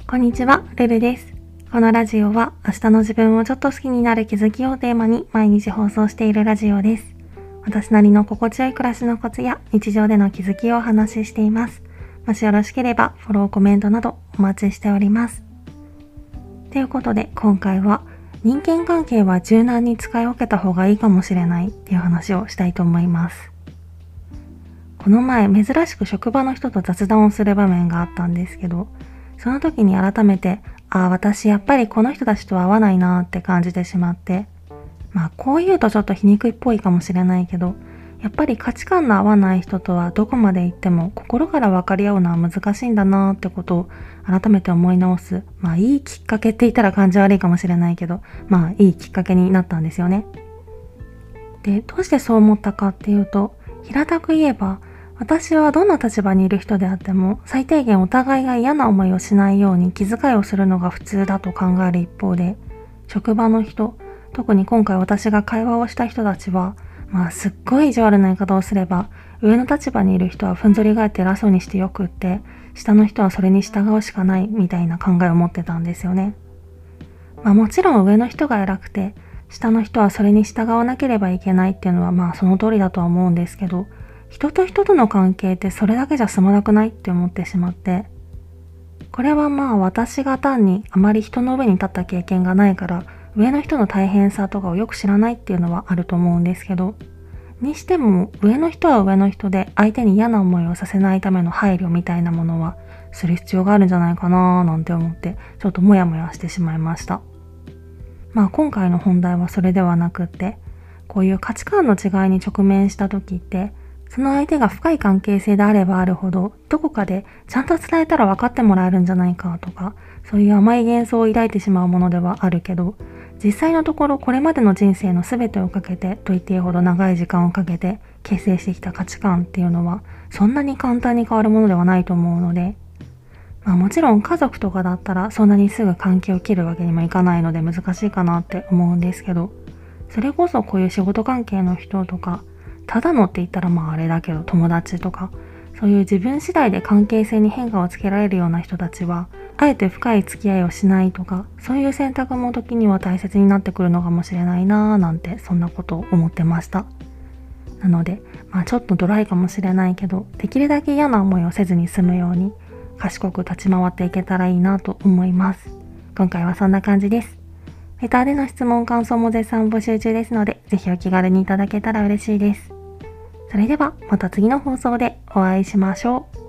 こんにちは、ルルです。このラジオは明日の自分をちょっと好きになる気づきをテーマに毎日放送しているラジオです。私なりの心地よい暮らしのコツや日常での気づきをお話ししています。もしよろしければフォロー、コメントなどお待ちしております。ということで今回は人間関係は柔軟に使い分けた方がいいかもしれないっていう話をしたいと思います。この前珍しく職場の人と雑談をする場面があったんですけど、その時に改めて、私やっぱりこの人たちとは合わないなって感じてしまって、こう言うとちょっと皮肉いっぽいかもしれないけど、やっぱり価値観の合わない人とはどこまで行っても心から分かり合うのは難しいんだなってことを改めて思い直す。いいきっかけって言ったら感じ悪いかもしれないけど、いいきっかけになったんですよね。で、どうしてそう思ったかっていうと、平たく言えば、私はどんな立場にいる人であっても最低限お互いが嫌な思いをしないように気遣いをするのが普通だと考える一方で、職場の人、特に今回私が会話をした人たちは、すっごい意地悪な言い方をすれば、上の立場にいる人はふんぞり返って偉そうにしてよくって、下の人はそれに従うしかないみたいな考えを持ってたんですよね。もちろん上の人が偉くて、下の人はそれに従わなければいけないっていうのはその通りだとは思うんですけど、人と人との関係ってそれだけじゃ済まなくないって思ってしまって、これは私が単にあまり人の上に立った経験がないから上の人の大変さとかをよく知らないっていうのはあると思うんですけど、にしても上の人は上の人で相手に嫌な思いをさせないための配慮みたいなものはする必要があるんじゃないかななんて思ってちょっとモヤモヤしてしまいました。今回の本題はそれではなくって、こういう価値観の違いに直面した時ってその相手が深い関係性であればあるほど、どこかでちゃんと伝えたら分かってもらえるんじゃないかとか、そういう甘い幻想を抱いてしまうものではあるけど、実際のところこれまでの人生の全てをかけてと言っていいほど長い時間をかけて形成してきた価値観っていうのは、そんなに簡単に変わるものではないと思うので、もちろん家族とかだったらそんなにすぐ関係を切るわけにもいかないので難しいかなって思うんですけど、それこそこういう仕事関係の人とか、ただのって言ったらあれだけど友達とか、そういう自分次第で関係性に変化をつけられるような人たちは、あえて深い付き合いをしないとか、そういう選択も時には大切になってくるのかもしれないなぁなんて、そんなことを思ってました。なので、ちょっとドライかもしれないけど、できるだけ嫌な思いをせずに済むように、賢く立ち回っていけたらいいなと思います。今回はそんな感じです。レターでの質問、感想も絶賛募集中ですので、ぜひお気軽にいただけたら嬉しいです。それではまた次の放送でお会いしましょう。